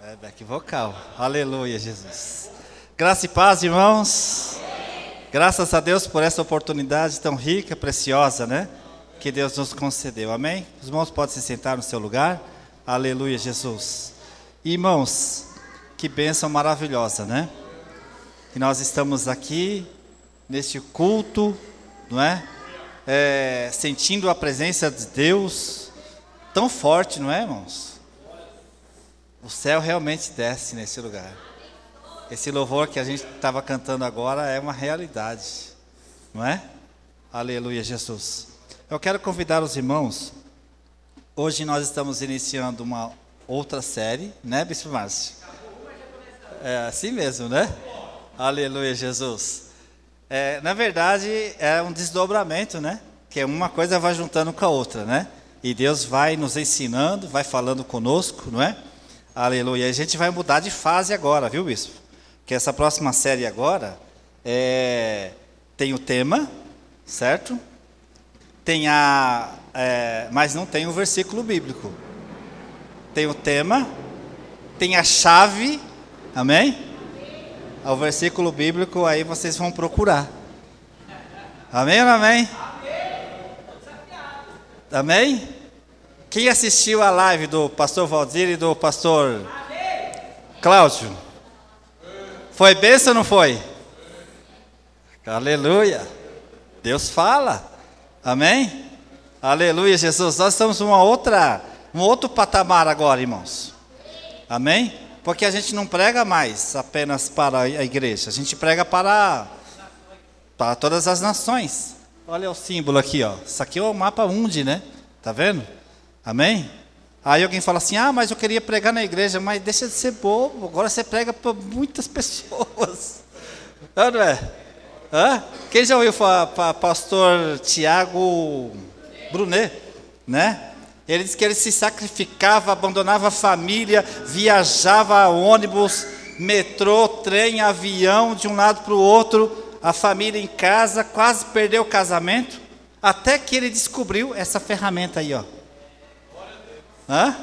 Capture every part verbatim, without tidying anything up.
É back vocal. Aleluia, Jesus. Graça e paz, irmãos. Graças a Deus por essa oportunidade tão rica, preciosa, né? Que Deus nos concedeu. Amém? Os irmãos podem se sentar no seu lugar. Aleluia, Jesus. Irmãos, que bênção maravilhosa, né? Que nós estamos aqui neste culto, não é? É, sentindo a presença de Deus tão forte, não é, irmãos? O céu realmente desce nesse lugar. Esse louvor que a gente estava cantando agora é uma realidade, não é? Aleluia, Jesus. Eu quero convidar os irmãos. Hoje nós estamos iniciando uma outra série, né, Bispo Márcio? É assim mesmo, né? Aleluia, Jesus. É, na verdade, é um desdobramento, né? Que uma coisa vai juntando com a outra, né? E Deus vai nos ensinando, vai falando conosco, não é? Aleluia. A gente vai mudar de fase agora, viu, Bispo? Que essa próxima série agora é, tem o tema, certo? Tem a, é, mas não tem o versículo bíblico. Tem o tema, tem a chave, amém? O versículo bíblico aí vocês vão procurar. Amém ou não amém? Amém? Quem assistiu a live do pastor Valdir e do pastor Cláudio? Foi bênção ou não foi? Aleluia. Deus fala. Amém? Aleluia, Jesus. Nós estamos numa outra, um outro patamar agora, irmãos. Amém? Porque a gente não prega mais apenas para a igreja. A gente prega para, para todas as nações. Olha o símbolo aqui, ó. Isso aqui é o mapa mundi, né? Tá vendo? Amém? Aí alguém fala assim, ah, mas eu queria pregar na igreja, mas deixa de ser bobo, agora você prega para muitas pessoas. Não, não é? Hã? Quem já ouviu falar para pastor Tiago Brunet, né? Ele disse que ele se sacrificava, abandonava a família, viajava a ônibus, metrô, trem, avião, de um lado para o outro, a família em casa, quase perdeu o casamento, até que ele descobriu essa ferramenta aí, ó. Hã?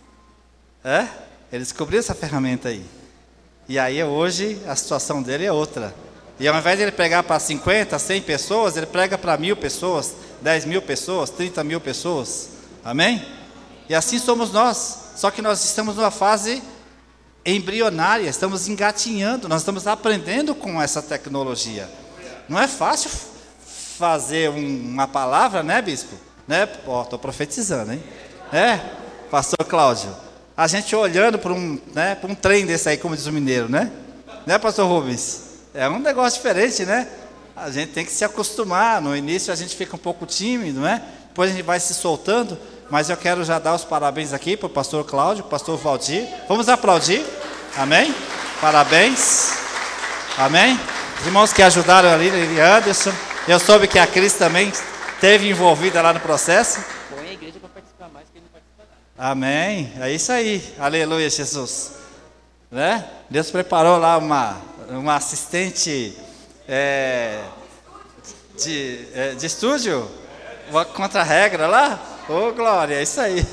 É? Ele descobriu essa ferramenta aí. E aí hoje a situação dele é outra. E ao invés de ele pregar para cinquenta, cem pessoas, ele prega para mil pessoas, dez mil pessoas, trinta mil pessoas. Amém? E assim somos nós. Só que nós estamos numa fase embrionária, estamos engatinhando, nós estamos aprendendo com essa tecnologia. Não é fácil fazer um, uma palavra, né, bispo? Né? Ó, estou profetizando, hein? É, pastor Cláudio. A gente olhando para um, né, para um trem desse aí, como diz o mineiro, né? Né, pastor Rubens? É um negócio diferente, né? A gente tem que se acostumar. No início a gente fica um pouco tímido, né? Depois a gente vai se soltando. Mas eu quero já dar os parabéns aqui para o pastor Cláudio, pastor Valdir. Vamos aplaudir. Amém? Parabéns. Amém? Os irmãos que ajudaram ali, Anderson. Eu soube que a Cris também esteve envolvida lá no processo. Põe a igreja para participar mais, que ele não participa nada. Amém. É isso aí. Aleluia, Jesus. Né? Deus preparou lá uma, uma assistente é, de, é, de estúdio, uma contra-regra lá. Ô, oh, glória, é isso aí.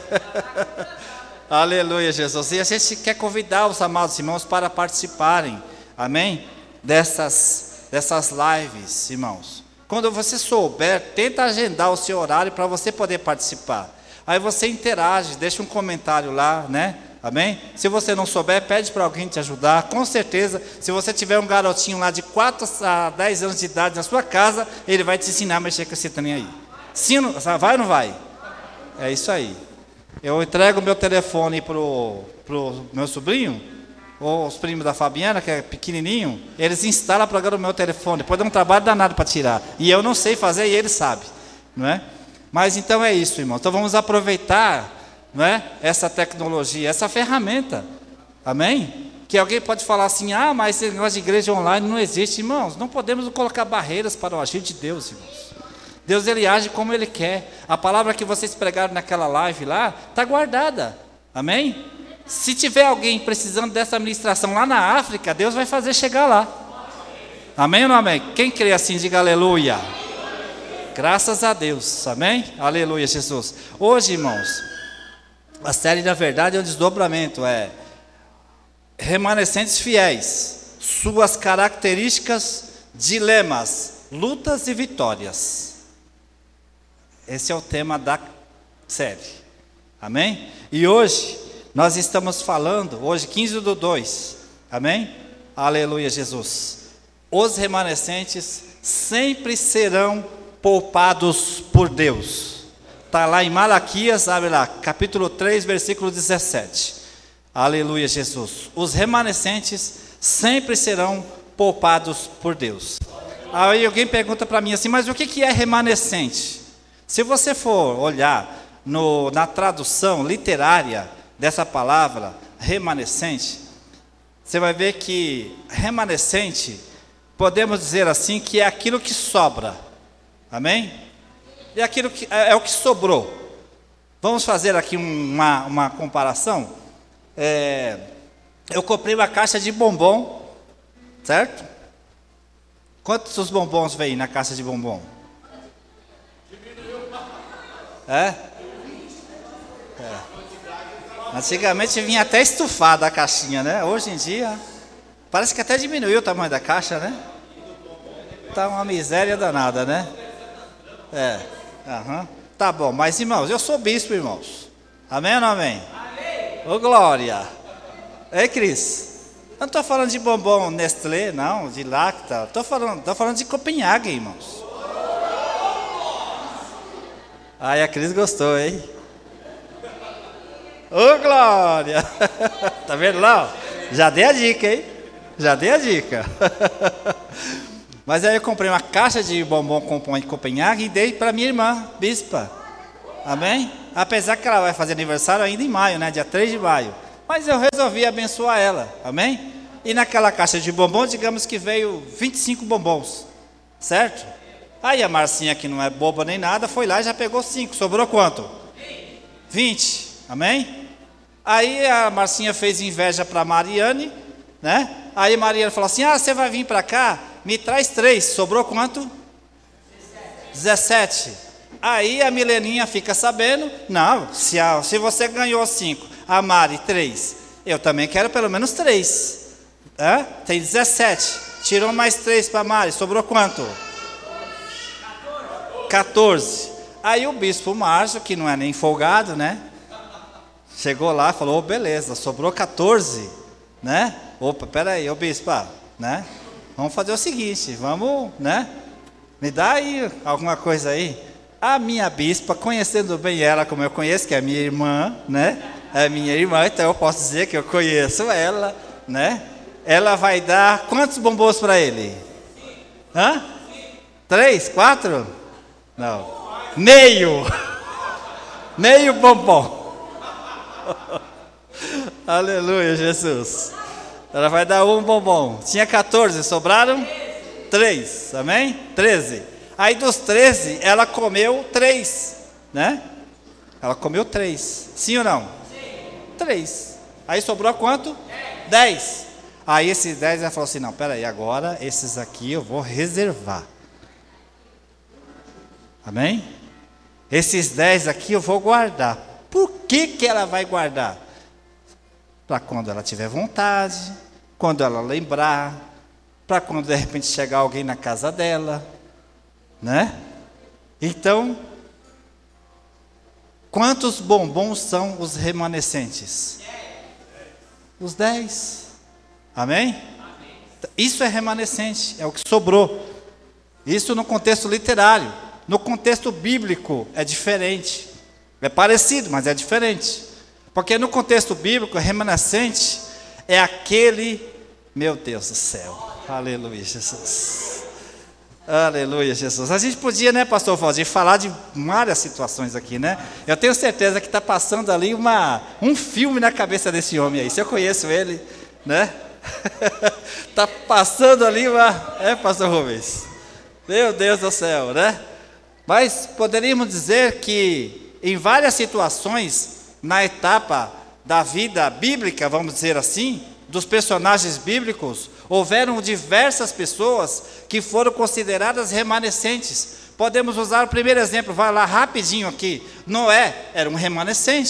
Aleluia, Jesus. E a gente quer convidar os amados irmãos para participarem, amém? Dessas, dessas lives, irmãos. Quando você souber, tenta agendar o seu horário para você poder participar. Aí você interage, deixa um comentário lá, né? Amém? Se você não souber, pede para alguém te ajudar. Com certeza, se você tiver um garotinho lá de quatro a dez anos de idade na sua casa, ele vai te ensinar a mexer com esse trem aí. Sim, vai ou não vai? É isso aí. Eu entrego o meu telefone para o meu sobrinho, ou os primos da Fabiana, que é pequenininho, eles instalam para o meu telefone. Depois dá um trabalho danado para tirar. E eu não sei fazer e ele sabe, não é? Mas então é isso, irmão. Então vamos aproveitar, não é, essa tecnologia, essa ferramenta. Amém? Que alguém pode falar assim, ah, mas esse negócio de igreja online não existe. Irmãos, não podemos colocar barreiras para o agir de Deus, irmãos. Deus, ele age como ele quer. A palavra que vocês pregaram naquela live lá, está guardada. Amém? Se tiver alguém precisando dessa ministração lá na África, Deus vai fazer chegar lá. Amém ou não amém? Quem crê assim, diga aleluia. Graças a Deus. Amém? Aleluia, Jesus. Hoje, irmãos, a série, na verdade, é um desdobramento. É remanescentes fiéis, suas características, dilemas, lutas e vitórias. Esse é o tema da série, amém? E hoje nós estamos falando, hoje quinze do dois, amém? Aleluia, Jesus. Os remanescentes sempre serão poupados por Deus. Está lá em Malaquias, abre lá, capítulo três, versículo dezessete. Aleluia, Jesus. Os remanescentes sempre serão poupados por Deus. Aí alguém pergunta para mim assim, mas o que que é remanescente? Se você for olhar no, na tradução literária dessa palavra, remanescente, você vai ver que remanescente, podemos dizer assim, que é aquilo que sobra, amém? É, aquilo que, é, é o que sobrou. Vamos fazer aqui uma, uma comparação. É, eu comprei uma caixa de bombom, certo? Quantos bombons vem na caixa de bombom? É? É. Antigamente vinha até estufada a caixinha, né? Hoje em dia, parece que até diminuiu o tamanho da caixa, né? Tá uma miséria danada, né? É. Uhum. Tá bom, mas irmãos, eu sou bispo, irmãos. Amém ou não amém? Ô glória! Ei, Cris? Eu não estou falando de bombom Nestlé, não, de Lacta. Estou falando, tô falando de Copenhague, irmãos. Ai, a Cris gostou, hein? Ô glória! Tá vendo lá? Já dei a dica, hein? Já dei a dica. Mas aí eu comprei uma caixa de bombom com de Copenhague e dei para minha irmã, bispa. Amém? Apesar que ela vai fazer aniversário ainda em maio, né? Dia três de maio. Mas eu resolvi abençoar ela, amém? E naquela caixa de bombom, digamos que veio vinte e cinco bombons, certo? Aí a Marcinha, que não é boba nem nada, foi lá e já pegou cinco. Sobrou quanto? vinte, amém? Aí a Marcinha fez inveja para a Mariane, né? Aí a Mariane falou assim, ah, você vai vir para cá? Me traz três. Sobrou quanto? dezessete. Aí a Mileninha fica sabendo, não, se, a, se você ganhou cinco, a Mari três, eu também quero pelo menos três. É? Tem dezessete. Tirou mais três para a Mari, sobrou quanto? quatorze. Aí o bispo Márcio, que não é nem folgado, né? Chegou lá e falou, oh, beleza, sobrou quatorze, né? Opa, peraí, ô bispo, né? Vamos fazer o seguinte, vamos, né? Me dá aí alguma coisa aí. A minha bispa, conhecendo bem ela como eu conheço, que é minha irmã, né? É minha irmã, então eu posso dizer que eu conheço ela, né? Ela vai dar quantos bombons para ele? Hã? Três? Quatro? Não. Meio. Meio bombom. Aleluia, Jesus. Ela vai dar um bombom. Tinha quatorze, sobraram? Três, amém? Treze. Aí dos treze, ela comeu três, né? Ela comeu três. Sim ou não? Sim. Três. Aí sobrou quanto? Dez. Dez. Aí esses dez, ela falou assim, não, peraí, agora esses aqui eu vou reservar. Amém? Esses dez aqui eu vou guardar. Por que que ela vai guardar? Para quando ela tiver vontade, quando ela lembrar, para quando de repente chegar alguém na casa dela, né? Então, quantos bombons são os remanescentes? Os dez. Amém? Amém? Isso é remanescente, é o que sobrou. Isso no contexto literário. No contexto bíblico é diferente. É parecido, mas é diferente. Porque no contexto bíblico, remanescente é aquele, meu Deus do céu, aleluia, Jesus. Aleluia, Jesus. A gente podia, né, pastor Valdir, falar de várias situações aqui, né? Eu tenho certeza que está passando ali uma, um filme na cabeça desse homem aí. Se eu conheço ele, né? Está passando ali uma... É, pastor Rubens? Meu Deus do céu, né? Mas poderíamos dizer que em várias situações, na etapa da vida bíblica, vamos dizer assim, dos personagens bíblicos, houveram diversas pessoas que foram consideradas remanescentes. Podemos usar o primeiro exemplo, vai lá rapidinho aqui. Noé era um remanescente,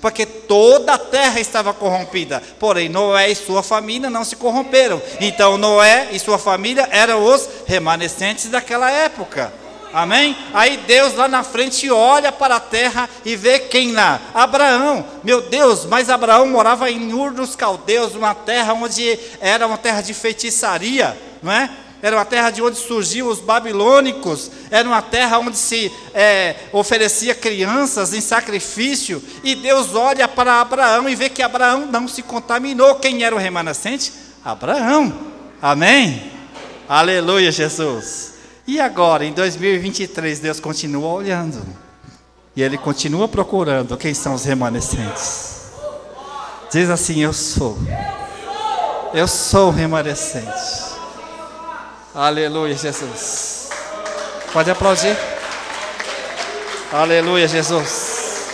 porque toda a terra estava corrompida. Porém, Noé e sua família não se corromperam. Então, Noé e sua família eram os remanescentes daquela época. Amém? Aí Deus lá na frente olha para a terra e vê quem lá? Abraão. Meu Deus, mas Abraão morava em Ur dos Caldeus, uma terra onde era uma terra de feitiçaria, não é? Era uma terra de onde surgiam os babilônicos, era uma terra onde se é, oferecia crianças em sacrifício, e Deus olha para Abraão e vê que Abraão não se contaminou. Quem era o remanescente? Abraão. Amém? Aleluia, Jesus. E agora, em dois mil e vinte e três, Deus continua olhando, e Ele continua procurando quem são os remanescentes. Diz assim: eu sou, eu sou o remanescente. Aleluia, Jesus. Pode aplaudir. Aleluia, Jesus.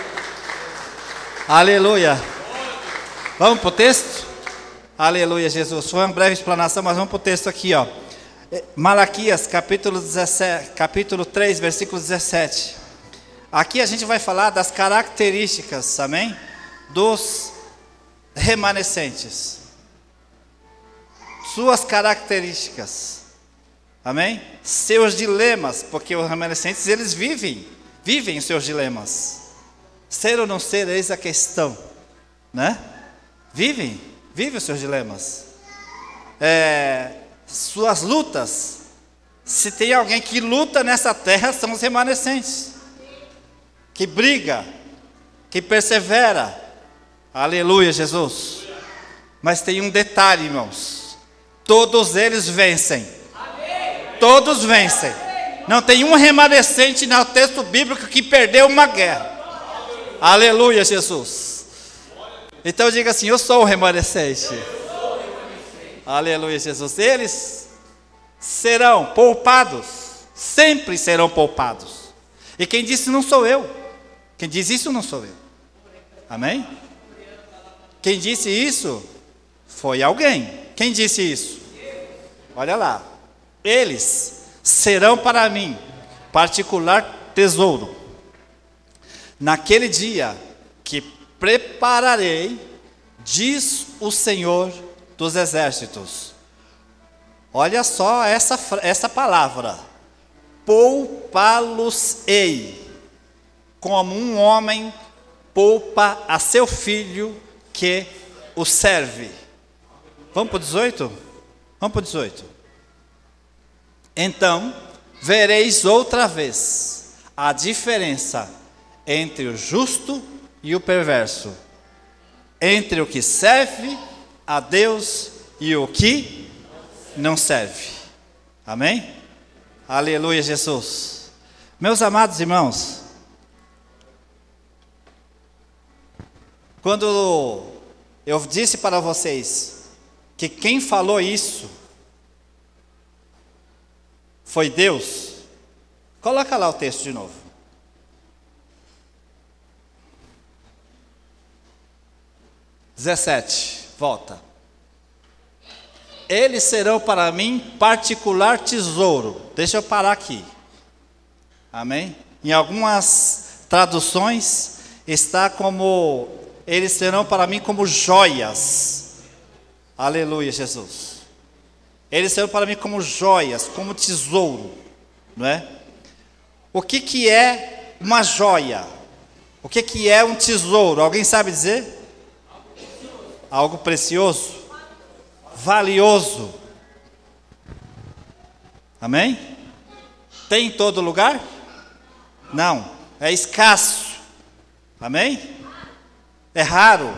Aleluia. Vamos para o texto? Aleluia, Jesus. Foi uma breve explanação, mas vamos para o texto aqui, ó. Malaquias, capítulo dezessete, capítulo três, versículo dezessete. Aqui a gente vai falar das características, amém? Dos remanescentes. Suas características, amém? Seus dilemas, porque os remanescentes, eles vivem, vivem os seus dilemas. Ser ou não ser, eis a questão, né? Vivem, vivem os seus dilemas. É, suas lutas. Se tem alguém que luta nessa terra, são os remanescentes, que briga, que persevera. Aleluia, Jesus. Mas tem um detalhe, irmãos: todos eles vencem. Todos vencem. Não tem um remanescente no texto bíblico que perdeu uma guerra. Aleluia, Jesus. Então diga assim: eu sou o remanescente. Aleluia, Jesus. Eles serão poupados, sempre serão poupados. E quem disse não sou eu. Quem diz isso não sou eu. Amém? Quem disse isso foi alguém. Quem disse isso? Olha lá. Eles serão para mim particular tesouro. Naquele dia que prepararei, diz o Senhor dos exércitos. Olha só essa, essa palavra: poupá-los-ei, como um homem poupa a seu filho que o serve. Vamos para o dezoito? Vamos para o dezoito. Então vereis outra vez a diferença entre o justo e o perverso, entre o que serve a Deus e o que não serve. Amém? Aleluia, Jesus. Meus amados irmãos, quando eu disse para vocês que quem falou isso foi Deus, coloca lá o texto de novo. dezessete, volta. Eles serão para mim particular tesouro. Deixa eu parar aqui. Amém? Em algumas traduções está como: eles serão para mim como joias. Aleluia, Jesus. Eles serão para mim como joias, como tesouro, não é? O que que é uma joia? O que que é um tesouro? Alguém sabe dizer? Algo precioso, valioso. Amém? Tem em todo lugar? Não, é escasso. Amém? É raro.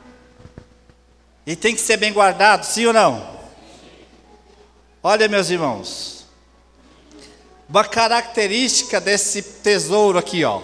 E tem que ser bem guardado, sim ou não? Olha, meus irmãos, uma característica desse tesouro aqui, ó.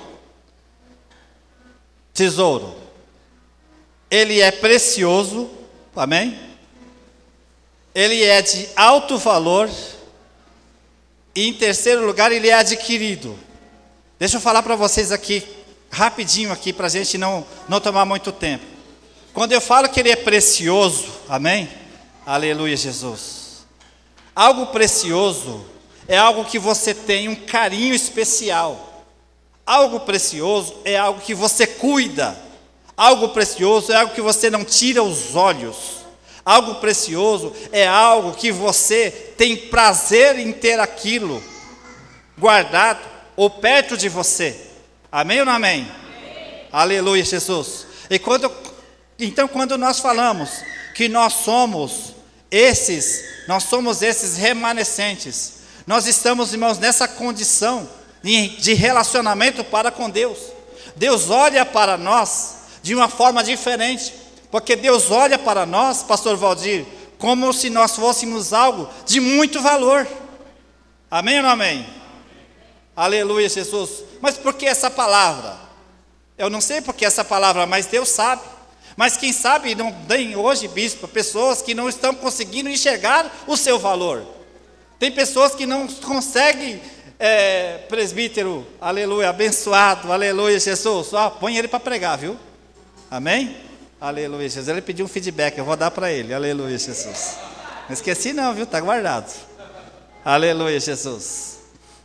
Tesouro. Ele é precioso, amém? Ele é de alto valor. E em terceiro lugar, ele é adquirido. Deixa eu falar para vocês aqui, rapidinho aqui, para a gente não, não tomar muito tempo. Quando eu falo que ele é precioso, amém? Aleluia, Jesus. Algo precioso é algo que você tem um carinho especial. Algo precioso é algo que você cuida. Algo precioso é algo que você não tira os olhos. Algo precioso é algo que você tem prazer em ter aquilo guardado ou perto de você. Amém ou não amém? Amém. Aleluia, Jesus. E quando, então quando nós falamos que nós somos esses, nós somos esses remanescentes, nós estamos, irmãos, nessa condição de relacionamento para com Deus. Deus olha para nós de uma forma diferente, porque Deus olha para nós, pastor Valdir, como se nós fôssemos algo de muito valor. Amém ou não amém? Aleluia, Jesus. Mas por que essa palavra? Eu não sei por que essa palavra, mas Deus sabe. Mas quem sabe não tem hoje, bispo, pessoas que não estão conseguindo enxergar o seu valor. Tem pessoas que não conseguem, é, presbítero, aleluia, abençoado, aleluia, Jesus. Ó, põe ele para pregar, viu? Amém? Aleluia, Jesus. Ele pediu um feedback, eu vou dar para ele. Aleluia, Jesus. Não esqueci não, viu? Está guardado. Aleluia, Jesus.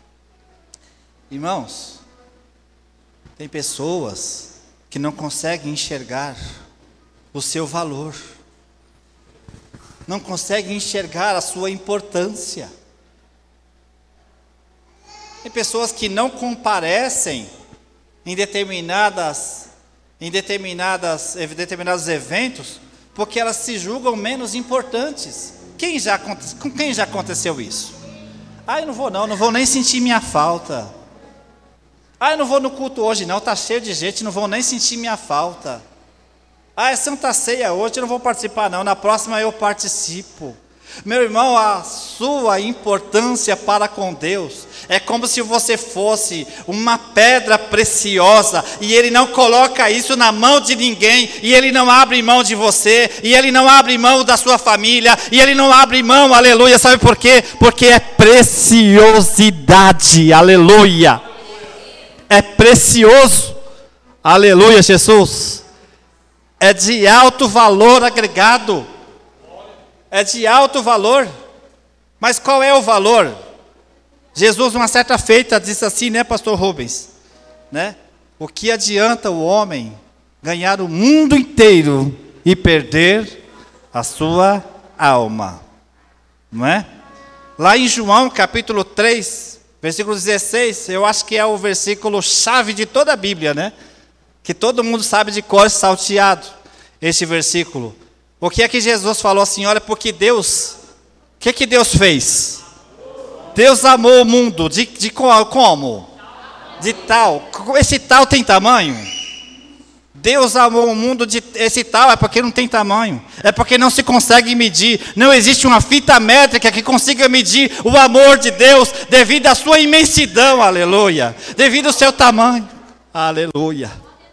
Irmãos, tem pessoas que não conseguem enxergar o seu valor. Não conseguem enxergar a sua importância. Tem pessoas que não comparecem em determinadas em determinadas, determinados eventos, porque elas se julgam menos importantes. Quem já, com quem já aconteceu isso? Ah, eu não vou não, não vou nem sentir minha falta. Ah, eu não vou no culto hoje não, está cheio de gente, não vou nem sentir minha falta. Ah, é Santa Ceia hoje, eu não vou participar não, na próxima eu participo. Meu irmão, a sua importância para com Deus é como se você fosse uma pedra preciosa e Ele não coloca isso na mão de ninguém, e Ele não abre mão de você, e Ele não abre mão da sua família, e Ele não abre mão, aleluia, sabe por quê? Porque é preciosidade, aleluia, é precioso, aleluia, Jesus, é de alto valor agregado, é de alto valor. Mas qual é o valor? Jesus, uma certa feita, disse assim, né, pastor Rubens? Né? O que adianta o homem ganhar o mundo inteiro e perder a sua alma? Não é? Lá em João, capítulo três, versículo dezesseis, eu acho que é o versículo chave de toda a Bíblia, né? Que todo mundo sabe de cor salteado, esse versículo. O que é que Jesus falou assim? Olha, porque Deus, o que é que Deus fez? Deus amou o mundo, de, de como? De tal, esse tal tem tamanho? Deus amou o mundo, de esse tal é porque não tem tamanho, é porque não se consegue medir, não existe uma fita métrica que consiga medir o amor de Deus, devido à sua imensidão, aleluia, devido ao seu tamanho, aleluia,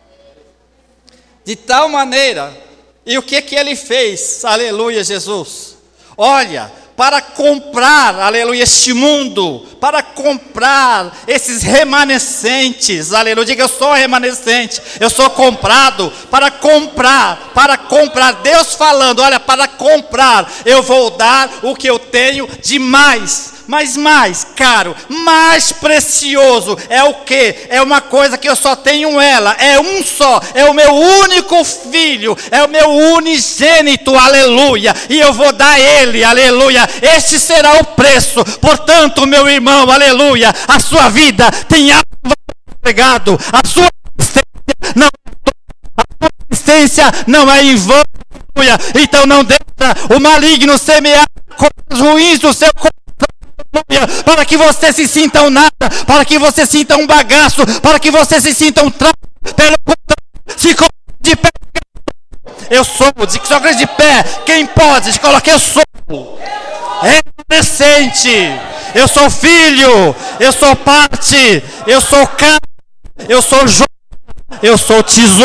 de tal maneira. E o que que Ele fez? Aleluia, Jesus. Olha, para comprar, aleluia, este mundo, para comprar esses remanescentes, aleluia, diga, eu sou remanescente, eu sou comprado, para comprar, para comprar, Deus falando, olha, para comprar, eu vou dar o que eu tenho de mais, mas mais caro, mais precioso, é o que? É uma coisa que eu só tenho ela, é um só, é o meu único filho, é o meu unigênito, aleluia, e eu vou dar ele, aleluia, este será o preço. Portanto, meu irmão, aleluia, a sua vida tem algo agregado, a sua existência não, a sua existência não é em vão, aleluia, então não deixa o maligno semear coisas ruins no seu coração, para que você se sinta um nada, para que você sinta um bagaço, para que você se sinta um trapo. Pelo contrário, se coloque de pé. Eu sou, de que só de pé, quem pode, se coloque, eu sou remanescente, eu sou filho, eu sou parte, eu sou cara, eu sou joia, eu sou tesouro.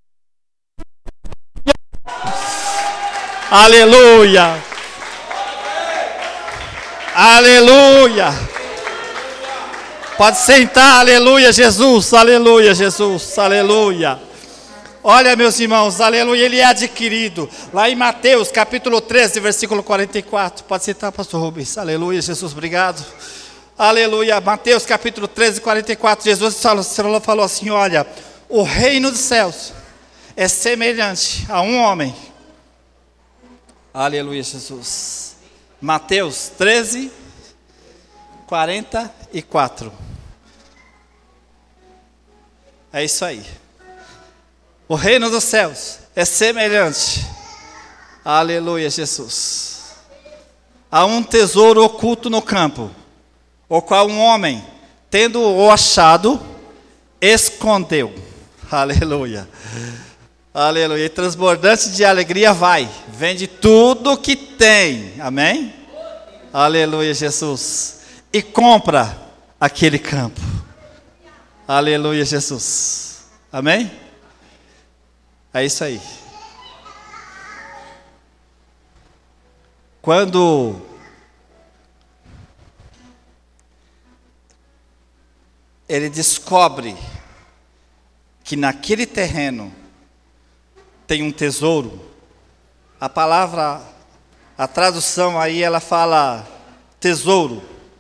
Aleluia. Aleluia. Pode sentar, aleluia, Jesus, aleluia, Jesus, aleluia. Olha, meus irmãos, aleluia, ele é adquirido. Lá em Mateus, capítulo treze, versículo quarenta e quatro. Pode sentar, pastor Rubens, aleluia, Jesus, obrigado. Aleluia, Mateus, capítulo treze, quarenta e quatro. Jesus falou assim, olha, o reino dos céus é semelhante a um homem. Aleluia, Jesus. Mateus treze, quarenta e quatro. É isso aí. O reino dos céus é semelhante, aleluia, Jesus, a um tesouro oculto no campo, o qual um homem, tendo-o achado, escondeu. Aleluia. Aleluia. E transbordante de alegria vai, vende tudo o que tem. Amém? Aleluia, Jesus. E compra aquele campo. Aleluia, Jesus. Amém? É isso aí. Quando ele descobre que naquele terreno tem um tesouro, a palavra, a tradução aí ela fala tesouro,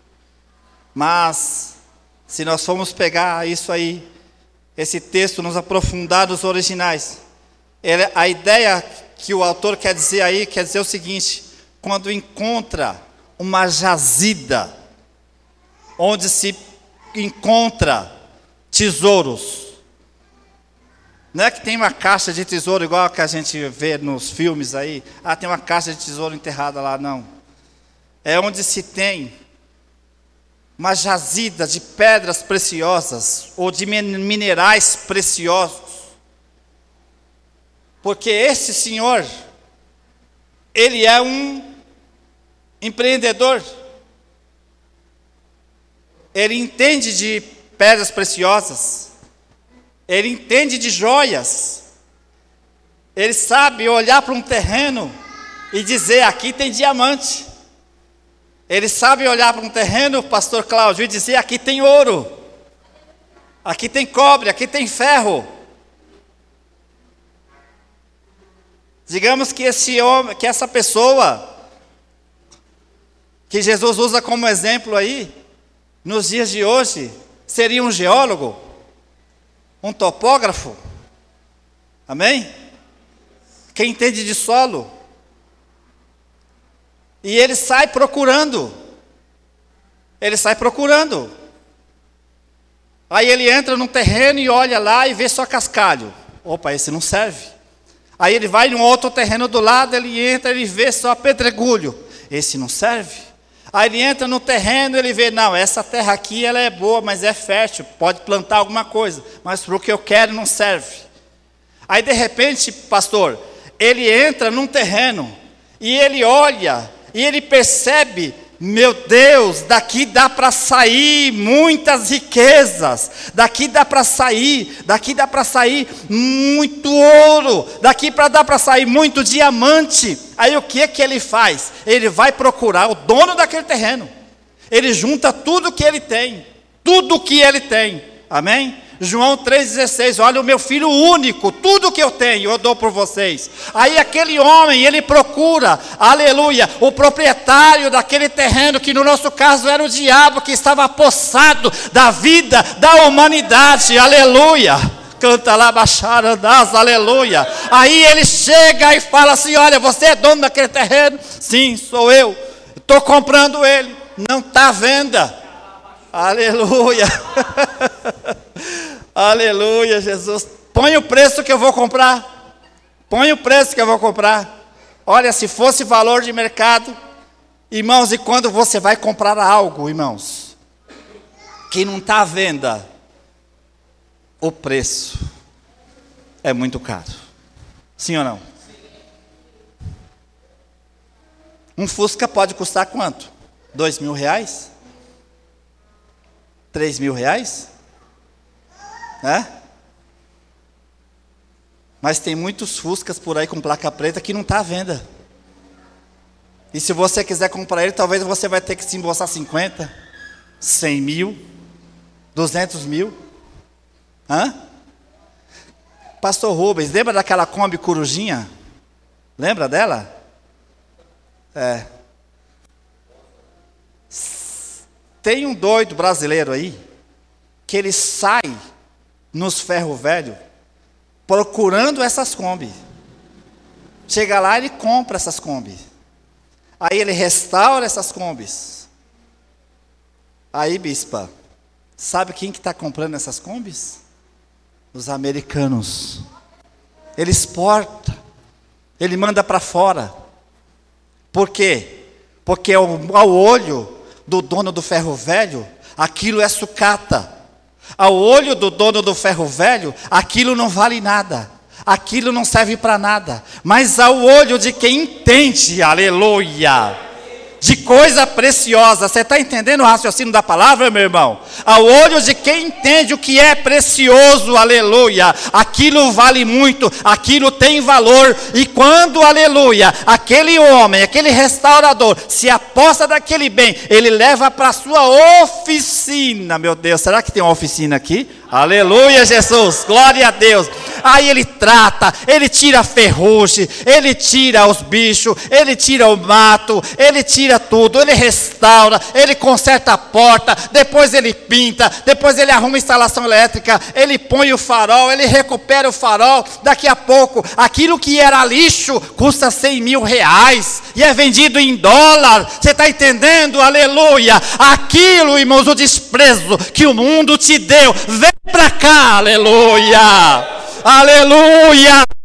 mas se nós formos pegar isso aí, esse texto, nos aprofundar nos originais, ele, a ideia que o autor quer dizer aí, quer dizer o seguinte: quando encontra uma jazida, onde se encontra tesouros, não é que tem uma caixa de tesouro igual que a gente vê nos filmes aí, ah, tem uma caixa de tesouro enterrada lá, não. É onde se tem uma jazida de pedras preciosas, ou de minerais preciosos. Porque esse senhor, ele é um empreendedor. Ele entende de pedras preciosas. Ele entende de joias. Ele sabe olhar para um terreno e dizer: aqui tem diamante. Ele sabe olhar para um terreno, pastor Cláudio, e dizer: aqui tem ouro. Aqui tem cobre, aqui tem ferro. Digamos que esse homem, que essa pessoa, que Jesus usa como exemplo aí, nos dias de hoje, seria um geólogo, um topógrafo, amém? Quem entende de solo. E ele sai procurando, ele sai procurando, aí ele entra num terreno e olha lá e vê só cascalho, opa, esse não serve. Aí ele vai num outro terreno do lado, ele entra, ele vê só pedregulho, esse não serve. Aí ele entra no terreno, ele vê, não, essa terra aqui ela é boa, mas é fértil, pode plantar alguma coisa, mas para o que eu quero não serve. Aí de repente, pastor, ele entra num terreno, e ele olha, e ele percebe, meu Deus, daqui dá para sair muitas riquezas, daqui dá para sair, daqui dá para sair muito ouro, daqui para dá para sair muito diamante. Aí o que que ele faz? Ele vai procurar o dono daquele terreno. Ele junta tudo que ele tem, tudo que ele tem. Amém? João três dezesseis, olha, o meu filho único, tudo que eu tenho, eu dou por vocês. Aí aquele homem, ele procura, aleluia, o proprietário daquele terreno, que no nosso caso era o diabo, que estava apossado da vida da humanidade, aleluia. Canta lá, baixaram das, aleluia. Aí ele chega e fala assim: olha, você é dono daquele terreno? Sim, sou eu, estou comprando ele, não está à venda. Aleluia. Aleluia, Jesus. Põe o preço que eu vou comprar. Põe o preço que eu vou comprar. Olha, se fosse valor de mercado, irmãos, e quando você vai comprar algo, irmãos, que não está à venda, o preço é muito caro. Sim ou não? Um Fusca pode custar quanto? Dois mil reais? Três mil reais? É? Mas tem muitos Fuscas por aí com placa preta que não está à venda. E se você quiser comprar ele, talvez você vai ter que se embolsar cinquenta, cem mil, duzentos mil. Hã? Pastor Rubens, lembra daquela Kombi Corujinha? Lembra dela? É. Tem um doido brasileiro aí, que ele sai nos ferro velho, procurando essas Kombi. Chega lá, ele compra essas Kombi. Aí ele restaura essas Kombis. Aí, bispa, sabe quem que está comprando essas Kombis? Os americanos. Ele exporta. Ele manda para fora. Por quê? Porque ao, ao olho do dono do ferro velho, aquilo é sucata. Ao olho do dono do ferro velho, aquilo não vale nada. Aquilo não serve para nada. Mas ao olho de quem entende, aleluia, de coisa preciosa. Você está entendendo o raciocínio da palavra, meu irmão? Ao olho de quem entende o que é precioso, aleluia, aquilo vale muito, aquilo tem valor. E quando, aleluia, aquele homem, aquele restaurador se aposta daquele bem, ele leva para a sua oficina. Meu Deus, será que tem uma oficina aqui? Aleluia, Jesus, glória a Deus. Aí ele trata, ele tira a ferrugem, ele tira os bichos, ele tira o mato, ele tira tudo, ele restaura, ele conserta a porta, depois ele pinta, depois ele arruma a instalação elétrica, ele põe o farol, ele recupera o farol. Daqui a pouco, aquilo que era lixo custa cem mil reais e é vendido em dólar. Você está entendendo? Aleluia. Aquilo, irmãos, o desprezo que o mundo te deu, vem para cá, aleluia. Aleluia!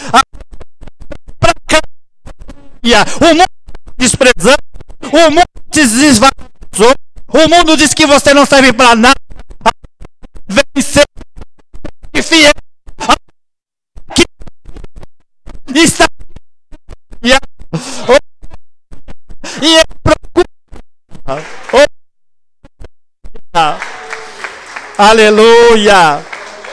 O mundo desprezando, o mundo te desvalorizou, o mundo diz que você não serve para nada. Vem ser fiel. Que está e ele procura. Aleluia!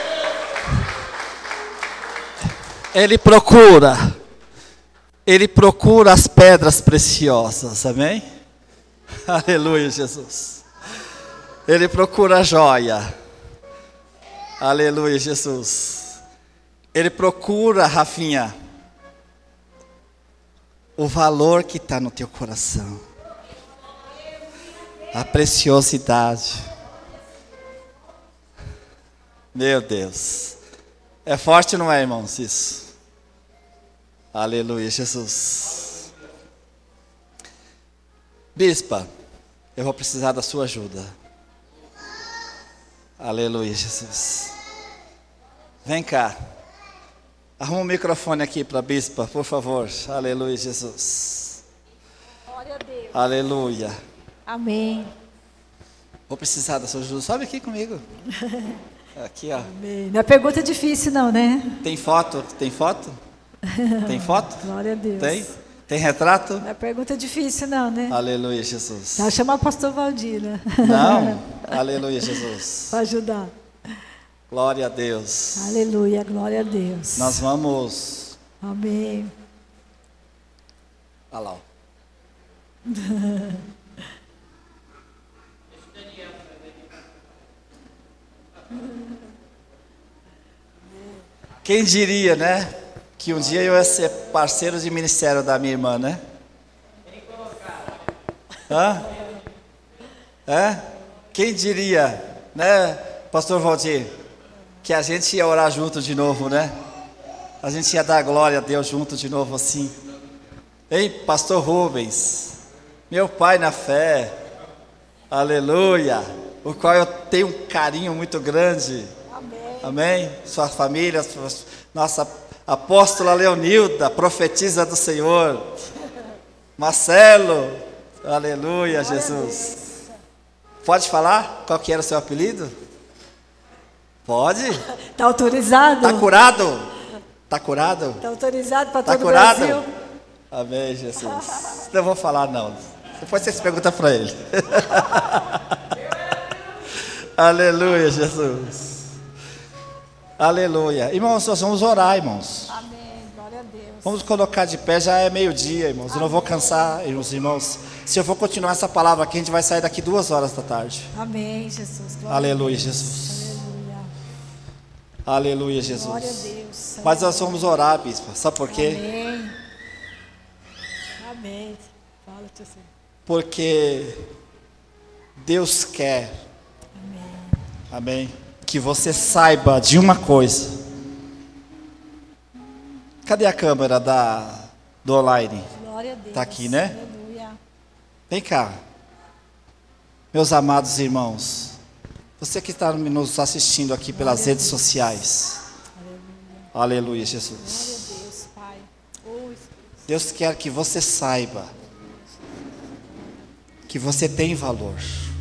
Ele procura, ele procura as pedras preciosas, amém? Aleluia, Jesus. Ele procura a joia, aleluia, Jesus. Ele procura, Rafinha, o valor que está no teu coração, a preciosidade. Meu Deus. É forte, não é, irmãos, isso? Aleluia, Jesus. Bispa, eu vou precisar da sua ajuda. Aleluia, Jesus. Vem cá. Arruma um microfone aqui para a bispa, por favor. Aleluia, Jesus. Glória a Deus. Aleluia. Amém. Vou precisar da sua ajuda. Sobe aqui comigo. Aqui, ó. Amém. Não é pergunta difícil não, né? Tem foto? Tem foto? Tem foto? Glória a Deus. Tem? Tem retrato? Não é pergunta difícil não, né? Aleluia, Jesus. Tá, chama o pastor Valdir, né? Não? Aleluia, Jesus. Para ajudar. Glória a Deus. Aleluia, glória a Deus. Nós vamos... Amém. Olha lá. Ó. Quem diria, né? Que um dia eu ia ser parceiro de ministério da minha irmã, né? Hã? É? Quem diria, né, pastor Valdir, que a gente ia orar junto de novo, né? A gente ia dar glória a Deus junto de novo assim. Ei, pastor Rubens, meu pai na fé, aleluia, o qual eu tenho um carinho muito grande. Amém. Amém? Sua família, sua, nossa apóstola Leonilda, profetisa do Senhor. Marcelo, aleluia, Jesus. Pode falar qual que era o seu apelido? Pode? Está autorizado? Está curado? Está curado? Está autorizado para tá todo curado? o Brasil? Amém, Jesus. Não vou falar não. Depois vocês perguntam para ele. Aleluia, Jesus. Aleluia. Irmãos, nós vamos orar, irmãos. Amém, glória a Deus. Vamos colocar de pé, já é meio-dia, irmãos. Eu não vou cansar, irmãos, irmãos. Se eu for continuar essa palavra aqui, a gente vai sair daqui duas horas da tarde. Amém, Jesus. Glória Aleluia, a Deus. Jesus. Aleluia. Aleluia, Jesus. Glória a Deus. Mas nós vamos orar, bispa. Sabe por quê? Amém. Amém. Fala, tio Senhor. Porque Deus quer, amém, que você saiba de uma coisa: Cadê a câmera da, do online? Glória a Deus. Tá aqui, né? Aleluia. Vem cá. Meus amados irmãos, você que está nos assistindo aqui pelas redes sociais. Aleluia. Aleluia, Jesus. Glória a Deus, Pai. Oh, Espírito. Deus quer que você saiba que você tem valor.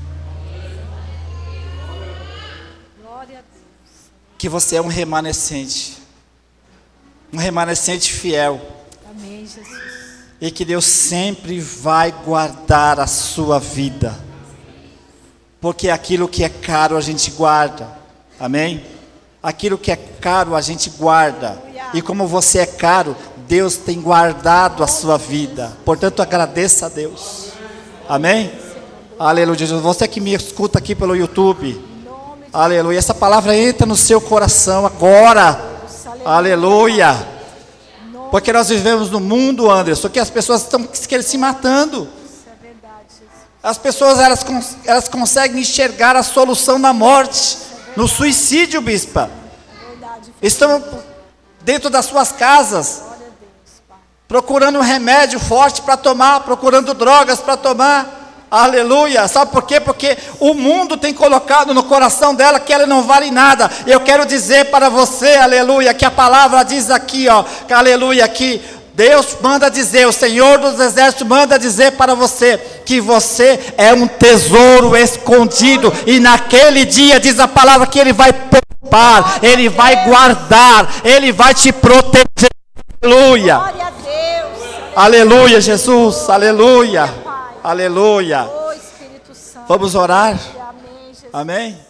Glória a Deus. Que você é um remanescente. Um remanescente fiel. Amém, Jesus. E que Deus sempre vai guardar a sua vida. Porque aquilo que é caro a gente guarda. Amém? Aquilo que é caro a gente guarda. E como você é caro, Deus tem guardado a sua vida. Portanto, agradeça a Deus. Amém? Aleluia, Jesus. Você que me escuta aqui pelo YouTube. Aleluia. Essa palavra entra no seu coração agora. Aleluia. Porque nós vivemos no mundo, Anderson, que as pessoas estão se matando. As pessoas elas, elas conseguem enxergar a solução na morte, no suicídio, bispa. Estão dentro das suas casas, procurando um remédio forte para tomar, procurando drogas para tomar. Aleluia. Sabe por quê? Porque o mundo tem colocado no coração dela que ela não vale nada. Eu quero dizer para você, aleluia, que a palavra diz aqui, ó, que, aleluia, que Deus manda dizer, o Senhor dos Exércitos manda dizer para você que você é um tesouro escondido, e naquele dia diz a palavra que Ele vai poupar, Ele vai guardar, Ele vai te proteger. Aleluia. Glória a Deus. Aleluia, Jesus. Aleluia. Aleluia. Oh, Espírito Santo. Vamos orar? Amém, Jesus. Amém?